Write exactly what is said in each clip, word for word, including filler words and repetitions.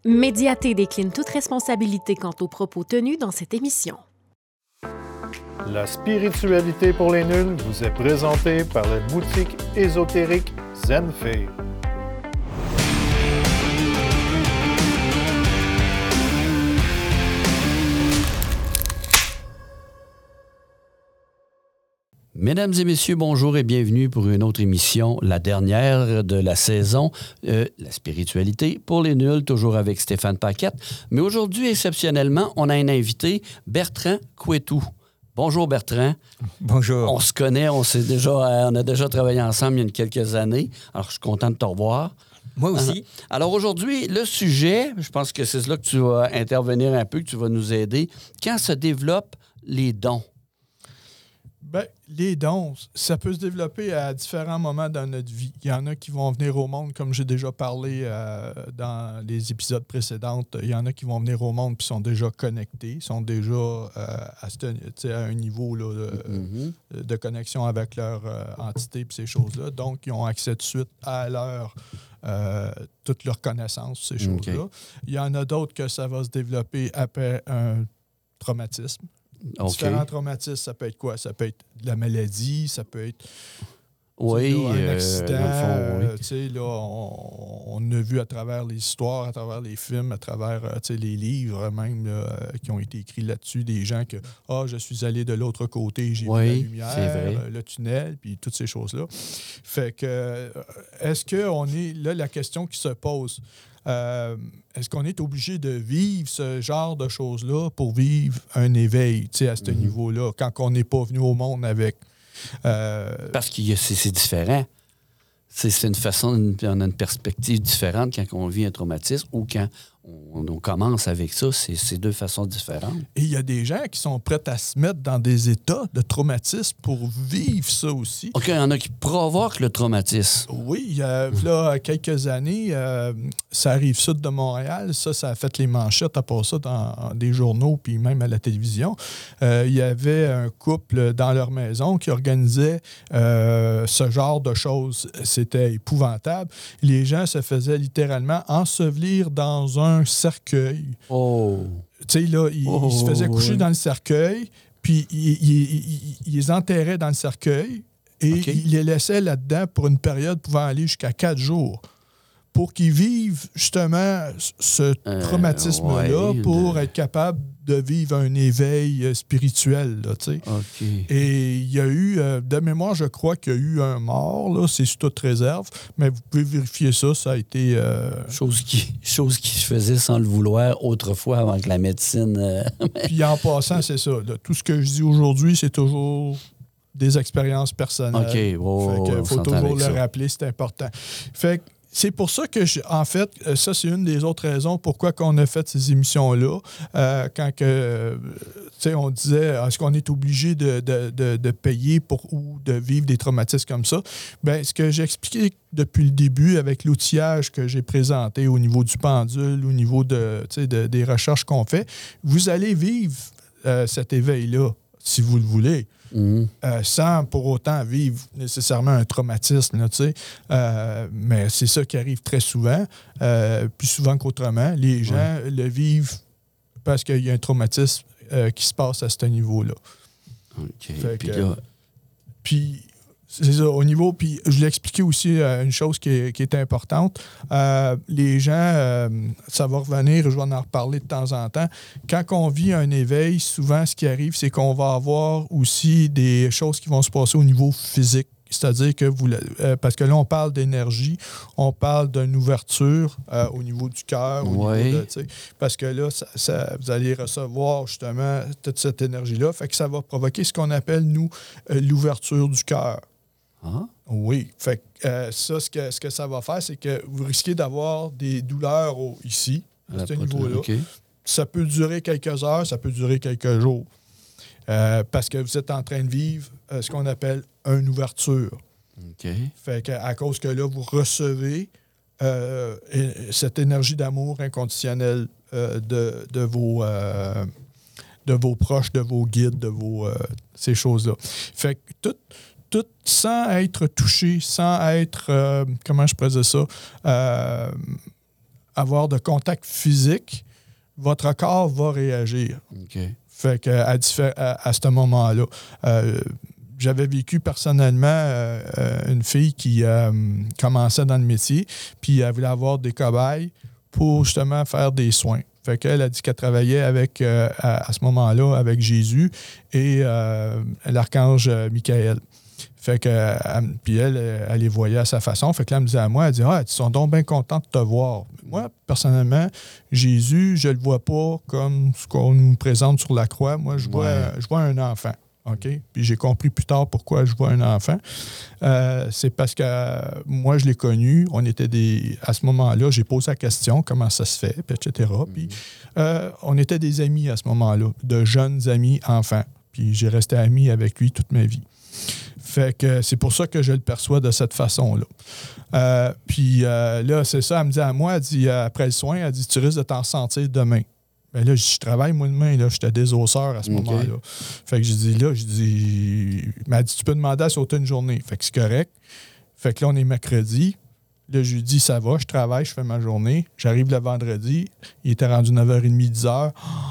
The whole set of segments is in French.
Médiaté décline toute responsabilité quant aux propos tenus dans cette émission. La spiritualité pour les nuls vous est présentée par la boutique ésotérique Zenfei. Mesdames et messieurs, bonjour et bienvenue pour une autre émission, la dernière de la saison, euh, la spiritualité pour les nuls, toujours avec Stéphane Paquette. Mais aujourd'hui, exceptionnellement, on a un invité, Bertrand Couetou. Bonjour Bertrand. Bonjour. On se connaît, on, s'est déjà, on a déjà travaillé ensemble il y a quelques années, alors je suis content de te revoir. Moi aussi. Uh-huh. Alors aujourd'hui, le sujet, je pense que c'est là que tu vas intervenir un peu, que tu vas nous aider. Quand se développent les dons? Bien, les dons, ça peut se développer à différents moments dans notre vie. Il y en a qui vont venir au monde, comme j'ai déjà parlé euh, dans les épisodes précédents. Il y en a qui vont venir au monde et sont déjà connectés, sont déjà euh, à, ce, à un niveau là, de, mm-hmm. de connexion avec leur euh, entité et ces choses-là. Donc, ils ont accès tout de suite à leur, euh, toute leur connaissance, ces choses-là. Okay. Il y en a d'autres que ça va se développer après un traumatisme. Okay. Différents traumatismes, ça peut être quoi? Ça peut être la maladie, ça peut être oui, là, un accident. Euh, euh, oui. là, on, on a vu à travers les histoires, à travers les films, à travers les livres même là, qui ont été écrits là-dessus, des gens que « Ah, oh, je suis allé de l'autre côté, j'ai oui, vu la lumière, le tunnel, puis toutes ces choses-là. » Fait que, est-ce qu'on est... Là, la question qui se pose... Euh, est-ce qu'on est obligé de vivre ce genre de choses-là pour vivre un éveil à ce mm-hmm. niveau-là, quand on n'est pas venu au monde avec... Euh... Parce que c'est, c'est différent. C'est, c'est une façon, une, on a une perspective différente quand on vit un traumatisme ou quand on, on commence avec ça. C'est, c'est deux façons différentes. Et il y a des gens qui sont prêts à se mettre dans des états de traumatisme pour vivre ça aussi. OK, il y en a qui provoquent le traumatisme. Oui, il y a là, quelques années, euh, ça arrive sud de Montréal. Ça, ça a fait les manchettes à part ça dans des journaux puis même à la télévision. Euh, il y avait un couple dans leur maison qui organisait euh, ce genre de choses. C'était épouvantable. Les gens se faisaient littéralement ensevelir dans un cercueil. Oh! Tu sais, là, ils, oh, ils se faisaient coucher oui. dans le cercueil, puis ils, ils, ils, ils les enterraient dans le cercueil et okay. ils les laissaient là-dedans pour une période pouvant aller jusqu'à quatre jours pour qu'ils vivent justement ce euh, traumatisme-là ouais, pour de... être capables de vivre un éveil spirituel. Là, tu sais. Okay. Et il y a eu, euh, de mémoire, je crois qu'il y a eu un mort, là, c'est sous toute réserve, mais vous pouvez vérifier ça, ça a été... Euh... Chose, qui, chose qui se faisait sans le vouloir autrefois avant que la médecine... Euh... Puis en passant, c'est ça. Là, tout ce que je dis aujourd'hui, c'est toujours... des expériences personnelles. OK. Oh, fait que faut toujours le ça. rappeler, c'est important. Fait que c'est pour ça que, je, en fait, ça, c'est une des autres raisons pourquoi on a fait ces émissions-là. Euh, quand que, euh, on disait, est-ce qu'on est obligé de, de, de, de payer pour ou de vivre des traumatismes comme ça? Bien, ce que j'ai expliqué depuis le début avec l'outillage que j'ai présenté au niveau du pendule, au niveau de, de, des recherches qu'on fait, vous allez vivre euh, cet éveil-là, si vous le voulez. Mmh. Euh, sans pour autant vivre nécessairement un traumatisme, là, euh, mais c'est ça qui arrive très souvent, euh, plus souvent qu'autrement. Les gens ouais. le vivent parce qu'il y a un traumatisme euh, qui se passe à ce niveau-là. OK. Puis, là... puis c'est ça, au niveau, puis je l'ai expliqué aussi euh, une chose qui est, qui est importante. Euh, les gens, euh, ça va revenir, je vais en reparler de temps en temps. Quand on vit un éveil, souvent, ce qui arrive, c'est qu'on va avoir aussi des choses qui vont se passer au niveau physique. C'est-à-dire que vous... Euh, parce que là, on parle d'énergie, on parle d'une ouverture euh, au niveau du cœur. Oui. Parce que là, ça, ça, vous allez recevoir justement toute cette énergie-là. Fait que ça va provoquer ce qu'on appelle, nous, euh, l'ouverture du cœur. Ah. Oui. Fait que euh, ça, ce que, ce que ça va faire, c'est que vous risquez d'avoir des douleurs au, ici, à ce niveau-là. Okay. Ça peut durer quelques heures, ça peut durer quelques jours. Euh, parce que vous êtes en train de vivre euh, ce qu'on appelle une ouverture. OK. Fait que, à cause que là, vous recevez euh, cette énergie d'amour inconditionnel euh, de, de, vos, euh, de vos proches, de vos guides, de vos euh, ces choses-là. Fait que tout... tout sans être touché, sans être, euh, comment je pourrais dire ça, euh, avoir de contact physique, votre corps va réagir. Okay. Fait que à, à, à ce moment-là, euh, j'avais vécu personnellement euh, une fille qui euh, commençait dans le métier, puis elle voulait avoir des cobayes pour justement faire des soins. Fait qu'elle a dit qu'elle travaillait avec, euh, à, à ce moment-là avec Jésus et euh, l'archange Michael. Fait que, elle, puis elle, elle les voyait à sa façon. Fait que là, elle me disait à moi, elle dit « Ah, ils sont donc bien contents de te voir. » Moi, personnellement, Jésus, je le vois pas comme ce qu'on nous présente sur la croix. Moi, je vois, ouais. je vois un enfant. OK? Puis j'ai compris plus tard pourquoi je vois un enfant. Euh, c'est parce que euh, moi, je l'ai connu. On était des... À ce moment-là, j'ai posé la question, comment ça se fait, puis et cetera. Mm-hmm. Puis euh, on était des amis à ce moment-là, de jeunes amis enfants. Puis j'ai resté ami avec lui toute ma vie. Fait que c'est pour ça que je le perçois de cette façon-là. Euh, puis euh, là, c'est ça, elle me dit à moi, elle dit, après le soin, elle dit, tu risques de t'en sentir demain. Bien là, je travaille moi demain, là, j'étais désosseur à ce okay. moment-là. Fait que je dis là, je dis, elle m'a dit, tu peux demander à sauter une journée. Fait que c'est correct. Fait que là, on est mercredi. Là, je lui dis, ça va, je travaille, je fais ma journée. J'arrive le vendredi, il était rendu neuf heures trente, dix heures.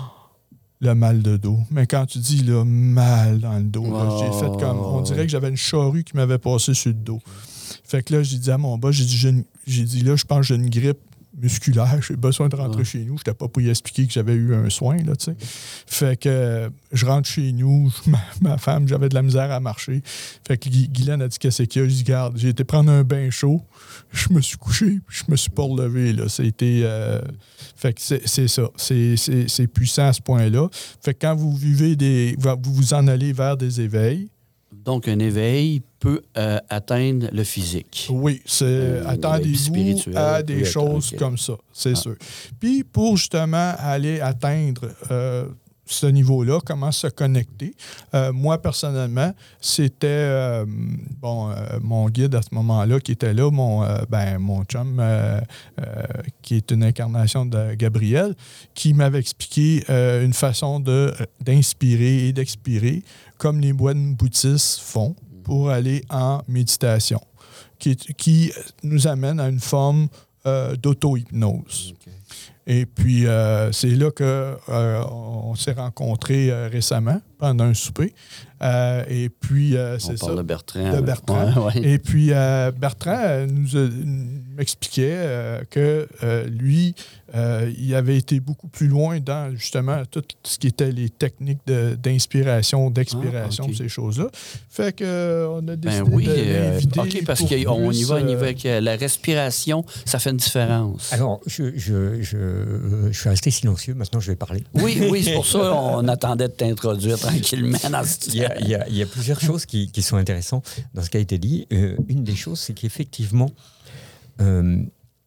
Le mal de dos. Mais quand tu dis là, mal dans le dos, oh. là, j'ai fait comme. On dirait que j'avais une charrue qui m'avait passé sur le dos. Fait que là, j'ai dit à mon boss, j'ai dit, j'ai, j'ai dit là, je pense que j'ai une grippe musculaire, j'ai besoin de rentrer oh. chez nous. Je n'étais pas pour y expliquer que j'avais eu un soin, là, tu sais. Fait que euh, je rentre chez nous, ma, ma femme, j'avais de la misère à marcher. Fait que Gu- Guylaine a dit qu'est-ce qu'il y a? Je dis, garde, j'ai été prendre un bain chaud, je me suis couché, je me suis pas relevé, là. C'était. Euh, Fait que c'est, c'est ça. C'est, c'est, c'est puissant à ce point-là. Fait que quand vous vivez des. Vous vous en allez vers des éveils. Donc, un éveil peut euh, atteindre le physique. Oui, c'est un attendez-vous à des choses okay. comme ça, c'est ah. sûr. Puis, pour justement aller atteindre euh, ce niveau-là, comment se connecter, euh, moi, personnellement, c'était euh, bon, euh, mon guide à ce moment-là qui était là, mon, euh, ben, mon chum, euh, euh, qui est une incarnation de Gabriel, qui m'avait expliqué euh, une façon de, d'inspirer et d'expirer, comme les moines bouddhistes font, pour aller en méditation, qui, qui nous amène à une forme euh, d'auto-hypnose. Okay. Et puis, euh, c'est là qu'on euh, s'est rencontrés euh, récemment, pendant un souper. Euh, et puis, euh, c'est On ça. parle de Bertrand. De Bertrand. Ouais, ouais. Et puis, euh, Bertrand nous a, m'expliquait euh, que euh, lui, euh, il avait été beaucoup plus loin dans, justement, tout ce qui était les techniques de, d'inspiration, d'expiration, ah, okay. ces choses-là. Fait qu'on a décidé ben oui, de l'inviter. Euh, OK, parce qu'on y va, on y va avec euh, la respiration, ça fait une différence. Alors, je, je, je, je suis resté silencieux, maintenant je vais parler. Oui, oui, c'est pour ça qu'on attendait de t'introduire tranquillement dans ce il, y a, il, y a, il y a plusieurs choses qui, qui sont intéressantes dans ce qui a été dit. Euh, une des choses, c'est qu'effectivement, euh,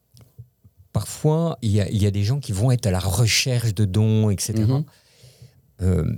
parfois, il y, a, il y a des gens qui vont être à la recherche de dons, et cetera. Mm-hmm. Euh,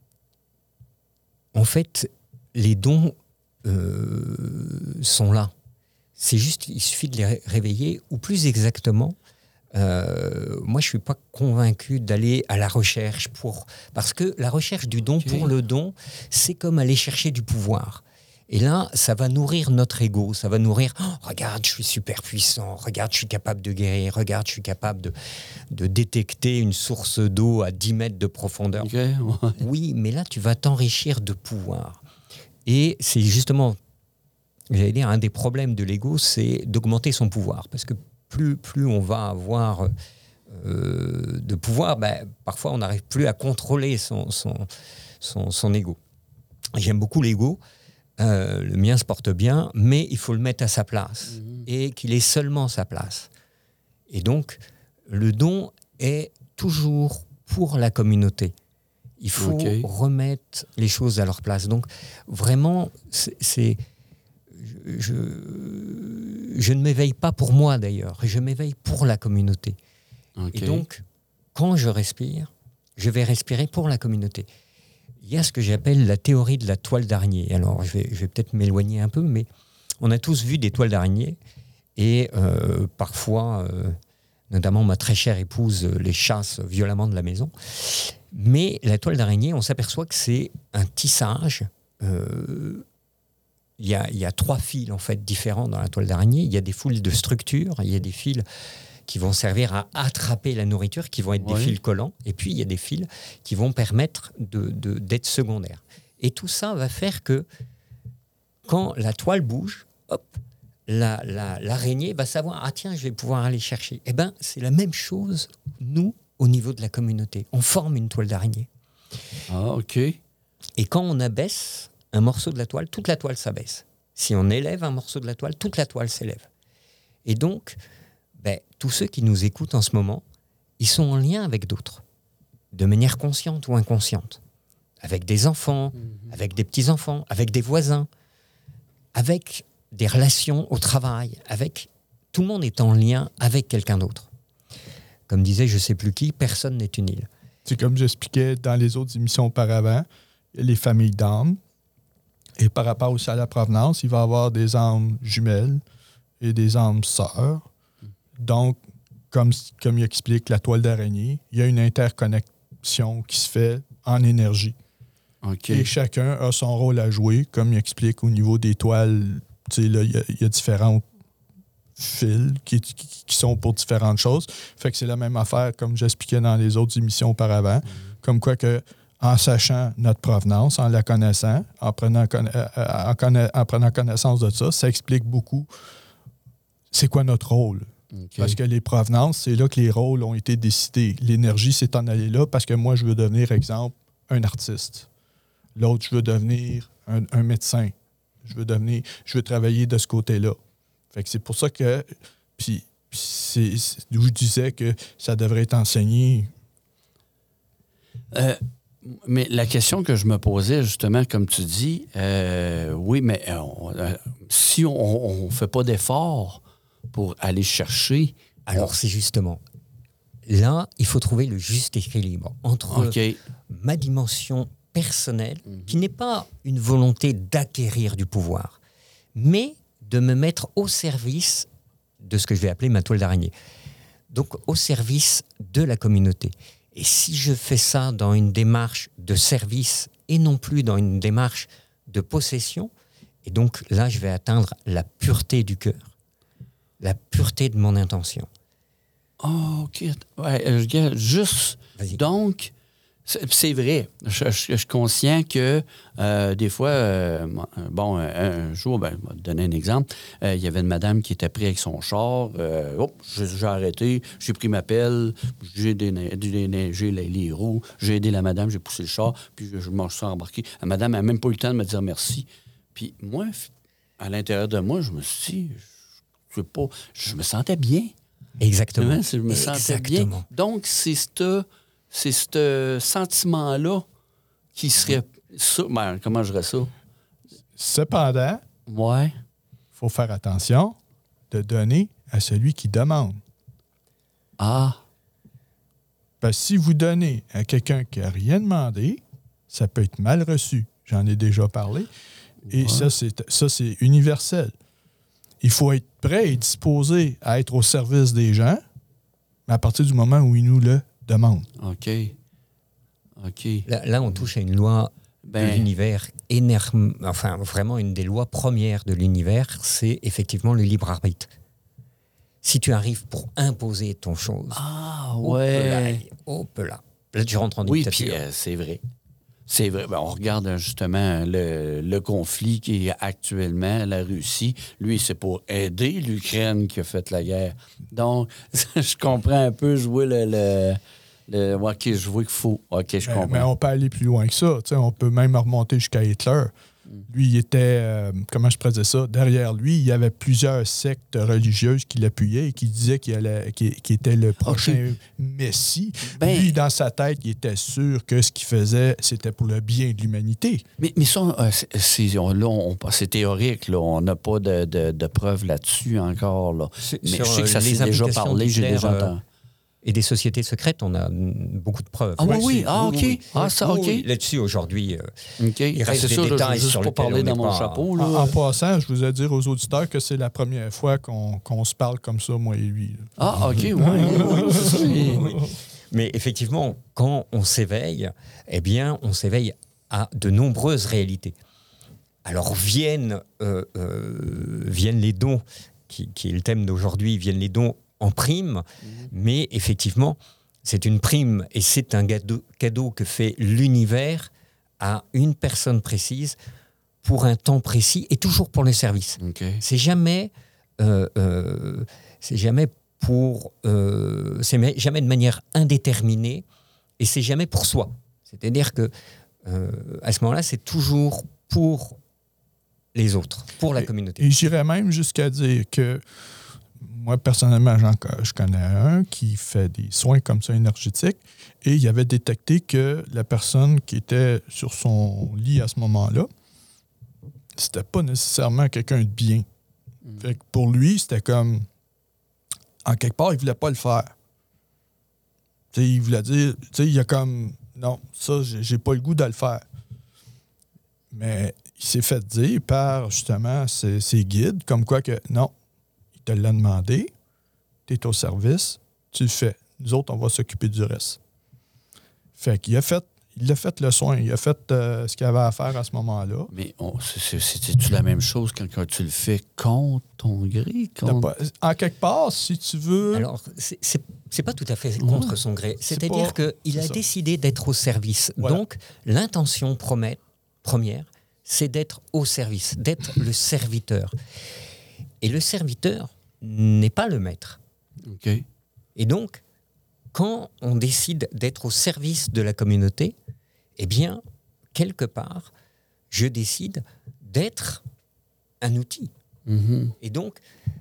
en fait, les dons euh, sont là. C'est juste, il suffit de les réveiller, ou plus exactement, Euh, moi, je ne suis pas convaincu d'aller à la recherche pour... Parce que la recherche du don okay. pour le don, c'est comme aller chercher du pouvoir. Et là, ça va nourrir notre ego, ça va nourrir oh, « Regarde, je suis super puissant, regarde, je suis capable de guérir, regarde, je suis capable de, de détecter une source d'eau à dix mètres de profondeur. Okay, ouais. » Oui, mais là, tu vas t'enrichir de pouvoir. Et c'est justement, j'allais dire, un des problèmes de l'ego, c'est d'augmenter son pouvoir. Parce que Plus, plus on va avoir euh, de pouvoir, ben, parfois on n'arrive plus à contrôler son, son, son, son ego. J'aime beaucoup l'ego, euh, le mien se porte bien, mais il faut le mettre à sa place mmh. et qu'il ait seulement sa place. Et donc, le don est toujours pour la communauté. Il faut okay. remettre les choses à leur place. Donc, vraiment, c'est... c'est Je, je ne m'éveille pas pour moi d'ailleurs, je m'éveille pour la communauté. Okay. Et donc, quand je respire, je vais respirer pour la communauté. Il y a ce que j'appelle la théorie de la toile d'araignée. Alors, je vais, je vais peut-être m'éloigner un peu, mais on a tous vu des toiles d'araignée et euh, parfois, euh, notamment ma très chère épouse les chasse violemment de la maison. Mais la toile d'araignée, on s'aperçoit que c'est un tissage. Euh, Il y, a, il y a trois fils en fait différents dans la toile d'araignée. Il y a des foules de structures, il y a des fils qui vont servir à attraper la nourriture, qui vont être Oui. des fils collants. Et puis, il y a des fils qui vont permettre de, de, d'être secondaires. Et tout ça va faire que quand la toile bouge, hop, la, la, l'araignée va savoir « Ah tiens, je vais pouvoir aller chercher ». Eh bien, c'est la même chose, nous, au niveau de la communauté. On forme une toile d'araignée. Ah, OK. Et quand on abaisse un morceau de la toile, toute la toile s'abaisse. Si on élève un morceau de la toile, toute la toile s'élève. Et donc, ben, tous ceux qui nous écoutent en ce moment, ils sont en lien avec d'autres, de manière consciente ou inconsciente, avec des enfants, mmh. avec des petits-enfants, avec des voisins, avec des relations au travail, avec... Tout le monde est en lien avec quelqu'un d'autre. Comme disait je ne sais plus qui, personne n'est une île. C'est comme j'expliquais dans les autres émissions auparavant, les familles d'âmes. Et par rapport aussi à la provenance, il va y avoir des âmes jumelles et des âmes sœurs. Donc, comme, comme il explique la toile d'araignée, il y a une interconnexion qui se fait en énergie. Okay. Et chacun a son rôle à jouer, comme il explique au niveau des toiles. Tu sais, là, il y a, il y a différents fils qui, qui, qui sont pour différentes choses. Fait que c'est la même affaire, comme j'expliquais dans les autres émissions auparavant. Mm-hmm. Comme quoi que, en sachant notre provenance, en la connaissant, en prenant, en, conna- en prenant connaissance de ça, ça explique beaucoup c'est quoi notre rôle. Okay. Parce que les provenances, c'est là que les rôles ont été décidés. L'énergie s'est en allée là parce que moi, je veux devenir, exemple, un artiste. L'autre, je veux devenir un, un médecin. Je veux devenir, je veux travailler de ce côté-là. Fait que c'est pour ça que, puis, c'est, c'est d'où je disais que ça devrait être enseigné. Euh, mais la question que je me posais, justement, comme tu dis, euh, oui, mais on, euh, si on ne fait pas d'effort pour aller chercher... Alors, on... c'est justement... Là, il faut trouver le juste équilibre entre okay. ma dimension personnelle, mm-hmm. qui n'est pas une volonté d'acquérir du pouvoir, mais de me mettre au service de ce que je vais appeler ma toile d'araignée. Donc, au service de la communauté. Et si je fais ça dans une démarche de service et non plus dans une démarche de possession, et donc là, je vais atteindre la pureté du cœur, la pureté de mon intention. Oh, OK. Ouais, regarde, juste, Vas-y. Donc, c'est, c'est vrai. Je, je, je suis conscient que euh, des fois, euh, bon, un, un jour, ben, je vais te donner un exemple, euh, il y avait une madame qui était prise avec son char. Euh, oh, j'ai, j'ai arrêté, j'ai pris ma pelle, j'ai déneigé les, les roues, j'ai aidé la madame, j'ai poussé le char, puis je, je m'en suis embarqué. La madame n'a même pas eu le temps de me dire merci. Puis moi, à l'intérieur de moi, je me suis dit, je, je, pas, je me sentais bien. Exactement. Je me sentais Exactement. bien. Donc, c'est ce c'est ce sentiment-là qui serait... Ça, ben, comment je dirais ça? Cependant, ouais. il faut faire attention de donner à celui qui demande. Ah. Parce que si vous donnez à quelqu'un qui n'a rien demandé, ça peut être mal reçu. J'en ai déjà parlé. Et ouais. ça, c'est, ça, c'est universel. Il faut être prêt et disposé à être au service des gens, mais à partir du moment où ils nous le demandent. OK. OK. Là, là on touche à une loi ben... de l'univers énorme, enfin, vraiment une des lois premières de l'univers, c'est effectivement le libre arbitre. Si tu arrives pour imposer ton chose, ah, ouais. hop là, hop là. Là, tu rentres en oui, dictature. Oui, puis euh, c'est vrai. C'est vrai. Ben, on regarde justement le, le conflit qui est actuellement la Russie. Lui, c'est pour aider l'Ukraine qui a fait la guerre. Donc, je comprends un peu jouer le... le, le OK, je vois qu'il faut. OK, je comprends. Mais, mais on peut aller plus loin que ça. T'sais, on peut même remonter jusqu'à Hitler. Lui, il était, euh, comment je présente ça, derrière lui, il y avait plusieurs sectes religieuses qui l'appuyaient et qui disaient qu'il, allait, qu'il, qu'il était le prochain okay. Messie. Ben, lui, dans sa tête, il était sûr que ce qu'il faisait, c'était pour le bien de l'humanité. Mais, mais ça, euh, c'est, c'est, on, là, on, c'est théorique. Là. On n'a pas de, de, de preuves là-dessus encore. Là. Mais sur, je sais que ça s'est déjà parlé, j'ai déjà entendu. Euh... Et des sociétés secrètes, on a beaucoup de preuves. Ah oui, oui, oui. Ah, OK. Oui, oui. Ah, ça, OK. Oui, là-dessus, aujourd'hui, euh, okay. il reste c'est des sûr, détails je, je sur pas parler dans mon pas... chapeau. Là. En, en passant, je vous ai dire aux auditeurs que c'est la première fois qu'on, qu'on se parle comme ça, moi et lui. Là. Ah, OK, oui. oui, oui. Mais effectivement, quand on s'éveille, eh bien, on s'éveille à de nombreuses réalités. Alors, viennent, euh, euh, viennent les dons, qui, qui est le thème d'aujourd'hui, viennent les dons en prime, mmh. mais effectivement, c'est une prime et c'est un cadeau, cadeau que fait l'univers à une personne précise pour un temps précis et toujours pour le service. Okay. C'est jamais, euh, euh, c'est jamais pour, euh, c'est jamais de manière indéterminée et c'est jamais pour soi. C'est-à-dire que euh, à ce moment-là, c'est toujours pour les autres, pour la et, communauté. Et j'irais même jusqu'à dire que moi, personnellement, j'en, je connais un qui fait des soins comme ça énergétiques et il avait détecté que la personne qui était sur son lit à ce moment-là, c'était pas nécessairement quelqu'un de bien. Mm. Fait que pour lui, c'était comme... En quelque part, il voulait pas le faire. T'sais, il voulait dire... Il y a comme... Non, ça, j'ai, j'ai pas le goût de le faire. Mais il s'est fait dire par, justement, ses, ses guides, comme quoi que, non, il te l'a demandé, tu es au service, tu le fais. Nous autres, on va s'occuper du reste. Fait qu'il a fait... Il a fait le soin, il a fait euh, ce qu'il avait à faire à ce moment-là. Mais on, c'est, c'est-tu la même chose quand, quand tu le fais contre ton gré? Contre... En quelque part, si tu veux... Alors, c'est, c'est, c'est pas tout à fait contre ouais. son gré. C'est-à-dire c'est qu'il a ça. décidé d'être au service. Voilà. Donc, l'intention promet, première, c'est d'être au service, d'être le serviteur. Et le serviteur n'est pas le maître. Okay. Et donc, quand on décide d'être au service de la communauté, eh bien, quelque part, je décide d'être un outil. Mm-hmm. Et donc,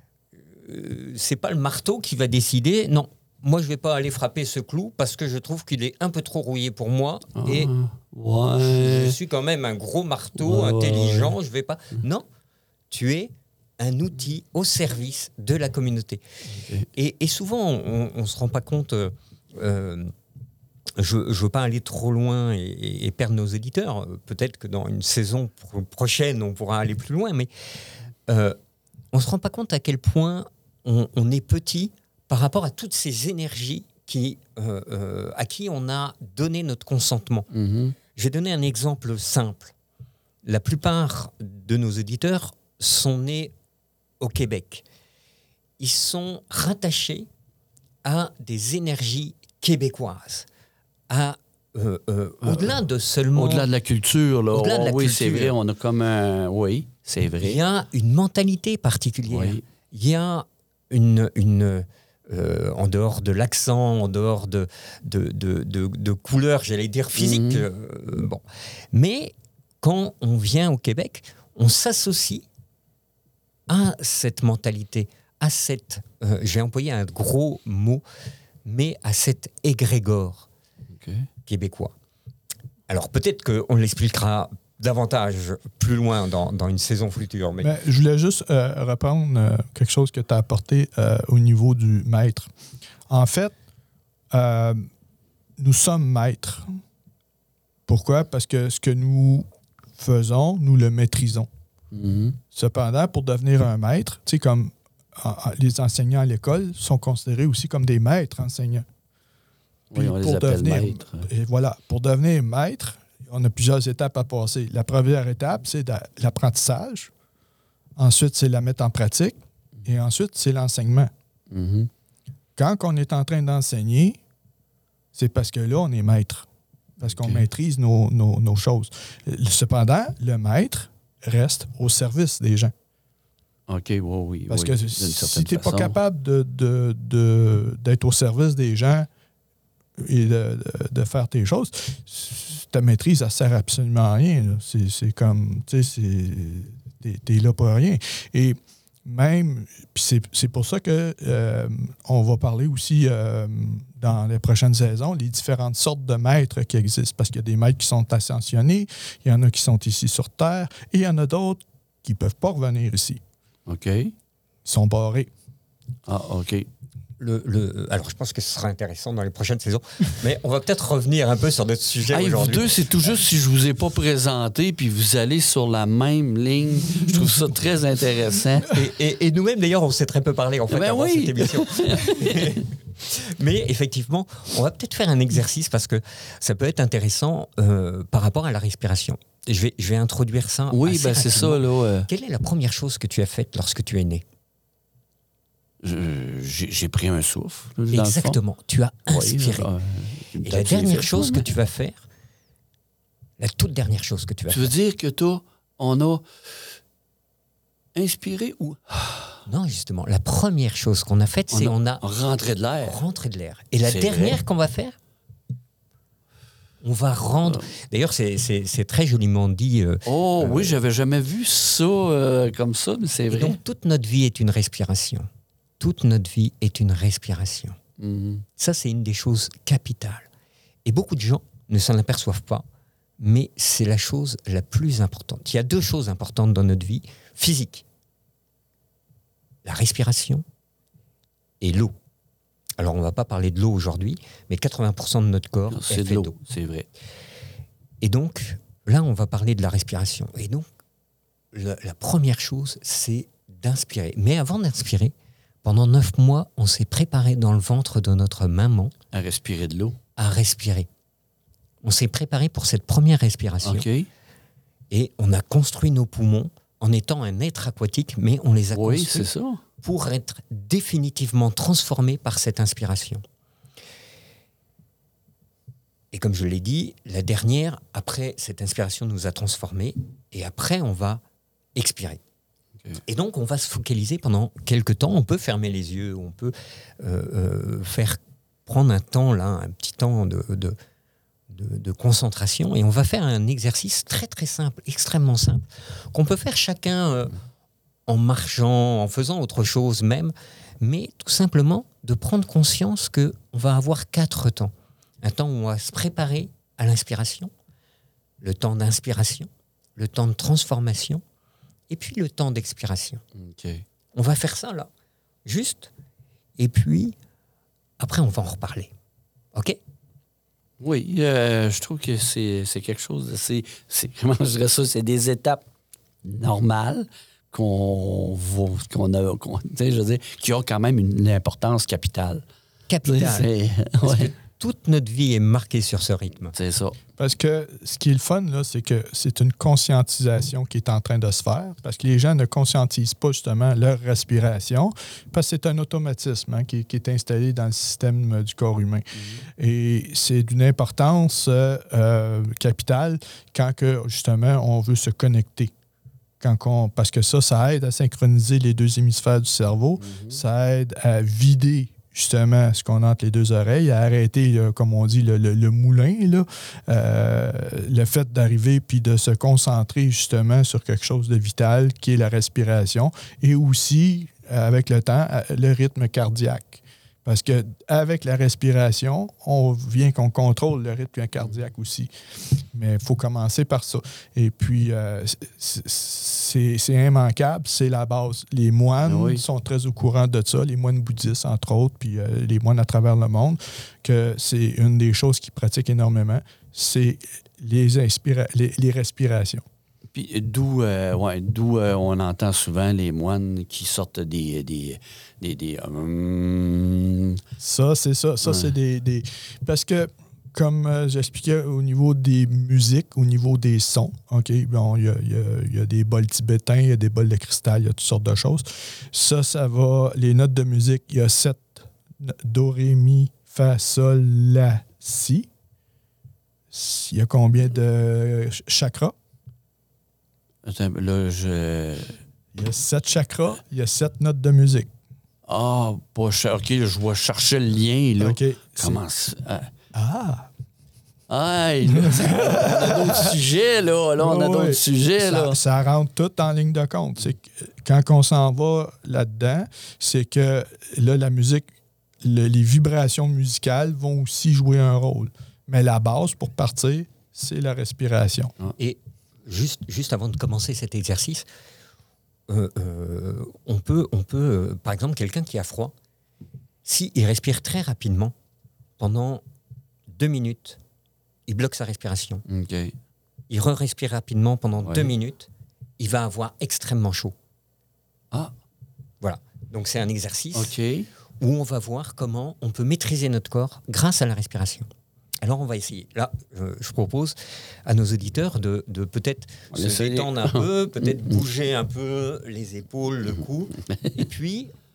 euh, c'est pas le marteau qui va décider, non, moi je vais pas aller frapper ce clou parce que je trouve qu'il est un peu trop rouillé pour moi ah, et ouais. je suis quand même un gros marteau ouais, intelligent, ouais. je vais pas... Non, tu es un outil au service de la communauté. Okay. Et, et souvent, on ne se rend pas compte... Euh, je ne veux pas aller trop loin et, et perdre nos éditeurs. Peut-être que dans une saison prochaine, on pourra aller plus loin, mais euh, on ne se rend pas compte à quel point on, on est petit par rapport à toutes ces énergies qui, euh, euh, à qui on a donné notre consentement. Mm-hmm. Je vais donner un exemple simple. La plupart de nos éditeurs sont nés au Québec. Ils sont rattachés à des énergies québécoises, à, euh, euh, euh, au-delà de seulement... Au-delà de la culture, là. Au-delà de la oui, culture. c'est vrai, on a comme un... Oui, c'est vrai. Il y a une mentalité particulière. Oui. Il y a une... une euh, en dehors de l'accent, en dehors de, de, de, de, de couleurs, j'allais dire physiques. Mm-hmm. Euh, bon. Mais quand on vient au Québec, on s'associe à cette mentalité, à cette... Euh, j'ai employé un gros mot, mais à cet égrégore okay. québécois. Alors peut-être qu'on l'expliquera davantage plus loin dans, dans une saison future. Mais... Mais je voulais juste euh, reprendre euh, quelque chose que tu as apporté euh, au niveau du maître. En fait, euh, nous sommes maîtres. Pourquoi? Parce que ce que nous faisons, nous le maîtrisons. Mm-hmm. Cependant, pour devenir un maître, tu sais, comme en, en, les enseignants à l'école sont considérés aussi comme des maîtres enseignants. Puis oui, on les appelle devenir, maîtres. Et voilà, pour devenir maître, on a plusieurs étapes à passer. La première étape, c'est de l'apprentissage. Ensuite, c'est la mettre en pratique. Et ensuite, c'est l'enseignement. Mm-hmm. Quand on est en train d'enseigner, c'est parce que là, on est maître. Parce qu'on okay. maîtrise nos, nos, nos choses. Cependant, le maître reste au service des gens. OK, oui, oui. Parce oui, que si tu n'es pas capable de, de, de, d'être au service des gens et de, de, de faire tes choses, ta maîtrise, ça ne sert absolument à rien. C'est, c'est comme, tu sais, t'es, t'es là pour rien. Et même, puis c'est, c'est pour ça que euh, on va parler aussi euh, dans les prochaines saisons, les différentes sortes de maîtres qui existent. Parce qu'il y a des maîtres qui sont ascensionnés, il y en a qui sont ici sur Terre, et il y en a d'autres qui ne peuvent pas revenir ici. OK. Ils sont barrés. Ah, OK. Le, le, alors, je pense que ce sera intéressant dans les prochaines saisons, mais on va peut-être revenir un peu sur notre sujet hey, aujourd'hui. Vous deux, c'est tout juste si je ne vous ai pas présenté, puis vous allez sur la même ligne. Je trouve ça très intéressant. Et, et, et nous-mêmes, d'ailleurs, on s'est très peu parlé, en fait, ben avant oui. cette émission. Mais effectivement, on va peut-être faire un exercice parce que ça peut être intéressant euh, par rapport à la respiration. Je vais, je vais introduire ça. Oui, ben c'est ça. Là, ouais. Quelle est la première chose que tu as faite lorsque tu es né? je- j'ai, j'ai pris un souffle. Dans le fond. Exactement. Tu as Oui, inspiré. euh, Et la peut-être je l'ai dernière fait, chose moi, que tu vas faire, la toute dernière chose que tu vas Tu veux faire. dire que toi, on a inspiré ou Non, justement, la première chose qu'on a faite, c'est on a rentré de l'air? rentré de l'air. Et la C'est dernière vrai. qu'on va faire, on va rendre. D'ailleurs, c'est, c'est, c'est très joliment dit. euh, Oh Euh, oui, j'avais jamais vu ça euh, comme ça, mais c'est et vrai. donc, toute notre vie est une respiration. Toute notre vie est une respiration. Mhm. Ça, c'est une des choses capitales. Et beaucoup de gens ne s'en aperçoivent pas, mais c'est la chose la plus importante. Il y a deux choses importantes dans notre vie physique. La respiration et l'eau. Alors, on ne va pas parler de l'eau aujourd'hui, mais quatre-vingts pour cent de notre corps est C'est fait de l'eau, d'eau. c'est vrai. Et donc, là, on va parler de la respiration. Et donc, la, la première chose, c'est d'inspirer. Mais avant d'inspirer, pendant neuf mois, on s'est préparé dans le ventre de notre maman À respirer de l'eau. à respirer. On s'est préparé pour cette première respiration. OK. Et on a construit nos poumons en étant un être aquatique, mais on les a Oui, construits c'est ça. pour être définitivement transformés par cette inspiration. Et comme je l'ai dit, la dernière, après cette inspiration nous a transformés, et après on va expirer. Ok. Et donc on va se focaliser pendant quelques temps, on peut fermer les yeux, on peut euh, euh, faire prendre un temps, là, un petit temps de, de, de, de concentration, et on va faire un exercice très très simple, extrêmement simple, qu'on peut faire chacun euh, en marchant, en faisant autre chose même, mais tout simplement de prendre conscience qu'on va avoir quatre temps. Un temps où on va se préparer à l'inspiration, le temps d'inspiration, le temps de transformation, et puis le temps d'expiration. OK. On va faire ça là, juste, et puis après on va en reparler. OK ? Oui, euh, je trouve que c'est, c'est quelque chose d'assez... C'est, comment je dirais ça? C'est des étapes normales qu'on va... Qu'on a, qu'on, tu sais, je veux dire, qui ont quand même une, une importance capitale. Capital. C'est, Parce ouais, que toute notre vie est marquée sur ce rythme. c'est ça. Parce que ce qui est le fun, là, c'est que c'est une conscientisation qui est en train de se faire, parce que les gens ne conscientisent pas justement leur respiration, parce que c'est un automatisme hein, qui, qui est installé dans le système euh, du corps humain. Mm-hmm. Et c'est d'une importance euh, euh, capitale quand que, justement on veut se connecter. Quand on, parce que ça, ça aide à synchroniser les deux hémisphères du cerveau, mm-hmm. ça aide à vider justement ce qu'on a entre les deux oreilles, à arrêter, là, comme on dit, le, le, le moulin, là, euh, le fait d'arriver puis de se concentrer justement sur quelque chose de vital qui est la respiration et aussi, avec le temps, le rythme cardiaque. Parce qu'avec la respiration, on vient qu'on contrôle le rythme cardiaque aussi. Mais il faut commencer par ça. Et puis, euh, c'est, c'est immanquable, c'est la base. Les moines oui. sont très au courant de ça, les moines bouddhistes, entre autres, puis euh, les moines à travers le monde, que c'est une des choses qu'ils pratiquent énormément, c'est les, inspira- les, les respirations. Puis d'où, euh, ouais, d'où euh, on entend souvent les moines qui sortent des... des, des, des um... Ça, c'est ça. Ça, ouais. c'est des, des... Parce que, comme euh, j'expliquais, au niveau des musiques, au niveau des sons, OK, bon, il y a, y a, y a des bols tibétains, il y a des bols de cristal, il y a toutes sortes de choses. Ça, ça va... Les notes de musique, il y a sept. Do, ré, mi, fa, sol, la, si. Il y a combien de chakras? Attends, là, je... Il y a sept chakras, il y a sept notes de musique. Ah, pas cher. OK, je vais chercher le lien, là. OK. Comment ça? Ah! Ah, là, on a d'autres sujets, là. Là, on a oui, d'autres sujets, ça, là. Ça rentre tout en ligne de compte. C'est que quand on s'en va là-dedans, c'est que là, la musique, le, les vibrations musicales vont aussi jouer un rôle. Mais la base, pour partir, c'est la respiration. Et juste, juste avant de commencer cet exercice, euh, euh, on peut, on peut euh, par exemple, quelqu'un qui a froid, s'il respire très rapidement, pendant deux minutes, il bloque sa respiration. Okay. Il re-respire rapidement pendant ouais. deux minutes, il va avoir extrêmement chaud. Ah. Voilà. Donc c'est un exercice okay. où on va voir comment on peut maîtriser notre corps grâce à la respiration. Alors, on va essayer. Là, euh, je propose à nos auditeurs de, de peut-être on se essaye. détendre un peu, peut-être bouger un peu les épaules, le cou. Et puis,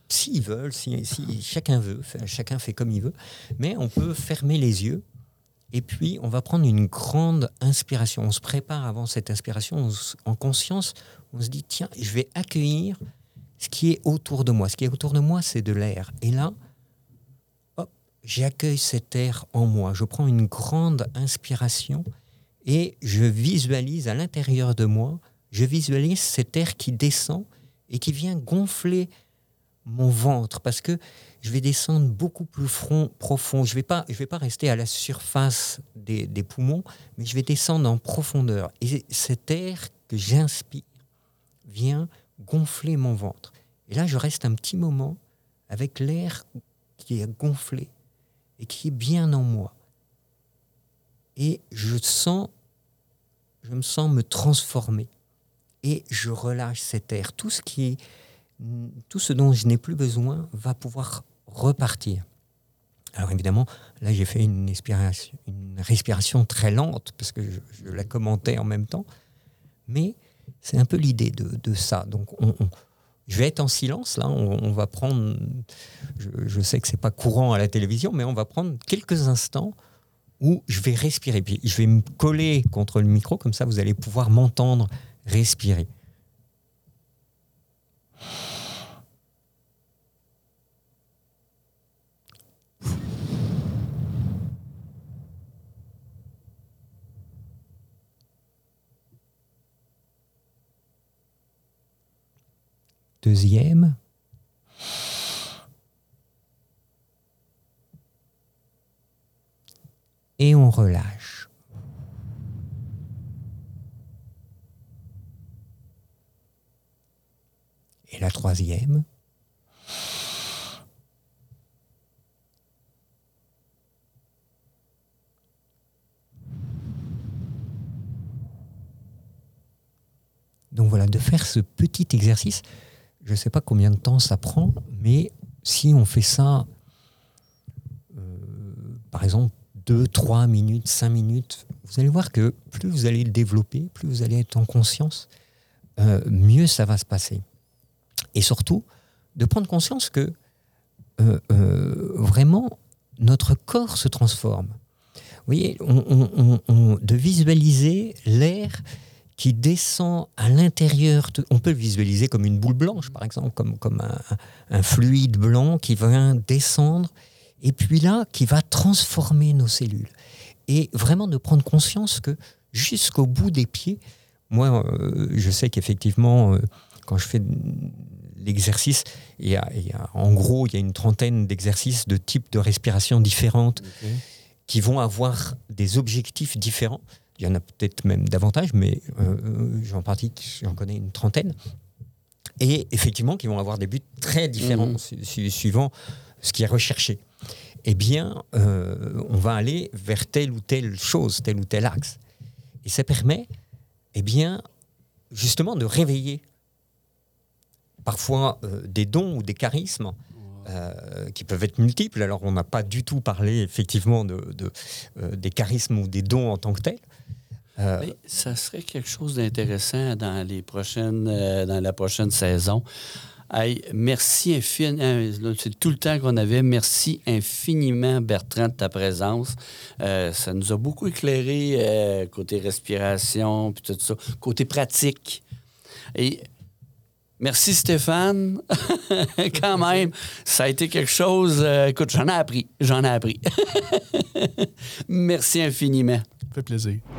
s'ils veulent, si, si chacun veut, chacun fait comme il veut, mais on peut fermer les yeux et puis on va prendre une grande inspiration. On se prépare avant cette inspiration, on se, en conscience, on se dit tiens, je vais accueillir ce qui est autour de moi. Ce qui est autour de moi, c'est de l'air. Et là, hop, j'accueille cet air en moi. Je prends une grande inspiration et je visualise à l'intérieur de moi, je visualise cet air qui descend et qui vient gonfler mon ventre, parce que je vais descendre beaucoup plus front, profond. Je ne vais pas, je vais pas rester à la surface des, des poumons, mais je vais descendre en profondeur. Et cet air que j'inspire vient gonfler mon ventre. Et là, je reste un petit moment avec l'air qui est gonflé et qui est bien en moi. Et je sens, je me sens me transformer. Et je relâche cet air. Tout ce qui est tout ce dont je n'ai plus besoin va pouvoir repartir. Alors évidemment, là j'ai fait une, respiration, une respiration très lente parce que je, je la commentais en même temps, mais c'est un peu l'idée de, de ça. Donc on, on, je vais être en silence, là, on, on va prendre, je, je sais que c'est pas courant à la télévision, mais on va prendre quelques instants où je vais respirer. Puis je vais me coller contre le micro, comme ça vous allez pouvoir m'entendre respirer. Deuxième. Et on relâche. Et la troisième. Donc voilà, de faire ce petit exercice, je ne sais pas combien de temps ça prend, mais si on fait ça, euh, par exemple, deux, trois minutes, cinq minutes, vous allez voir que plus vous allez le développer, plus vous allez être en conscience, euh, mieux ça va se passer. Et surtout, de prendre conscience que euh, euh, vraiment, notre corps se transforme. Vous voyez, on, on, on, on, de visualiser l'air qui descend à l'intérieur. De, on peut le visualiser comme une boule blanche, par exemple, comme, comme un, un fluide blanc qui vient descendre, et puis là, qui va transformer nos cellules. Et vraiment de prendre conscience que jusqu'au bout des pieds, moi, euh, je sais qu'effectivement, euh, quand je fais l'exercice, il y a, il y a, en gros, il y a une trentaine d'exercices de types de respiration différentes okay. qui vont avoir des objectifs différents. Il y en a peut-être même davantage, mais euh, j'en, pratique, j'en connais une trentaine. Et effectivement, qui vont avoir des buts très différents mmh. su- su- suivant ce qui est recherché. Eh bien, euh, on va aller vers telle ou telle chose, tel ou tel axe. Et ça permet, eh bien, justement, de réveiller parfois euh, des dons ou des charismes euh, qui peuvent être multiples. Alors, on n'a pas du tout parlé, effectivement, de, de, euh, des charismes ou des dons en tant que tels. Euh, Mais ça serait quelque chose d'intéressant dans les prochaines, euh, dans la prochaine saison. Hey, merci infiniment. C'est tout le temps qu'on avait. Merci infiniment, Bertrand, de ta présence. Euh, ça nous a beaucoup éclairé euh, côté respiration, puis tout ça, côté pratique. Et merci, Stéphane. Quand même, ça a été quelque chose... Euh, écoute, j'en ai appris. J'en ai appris. Merci infiniment. Ça fait plaisir.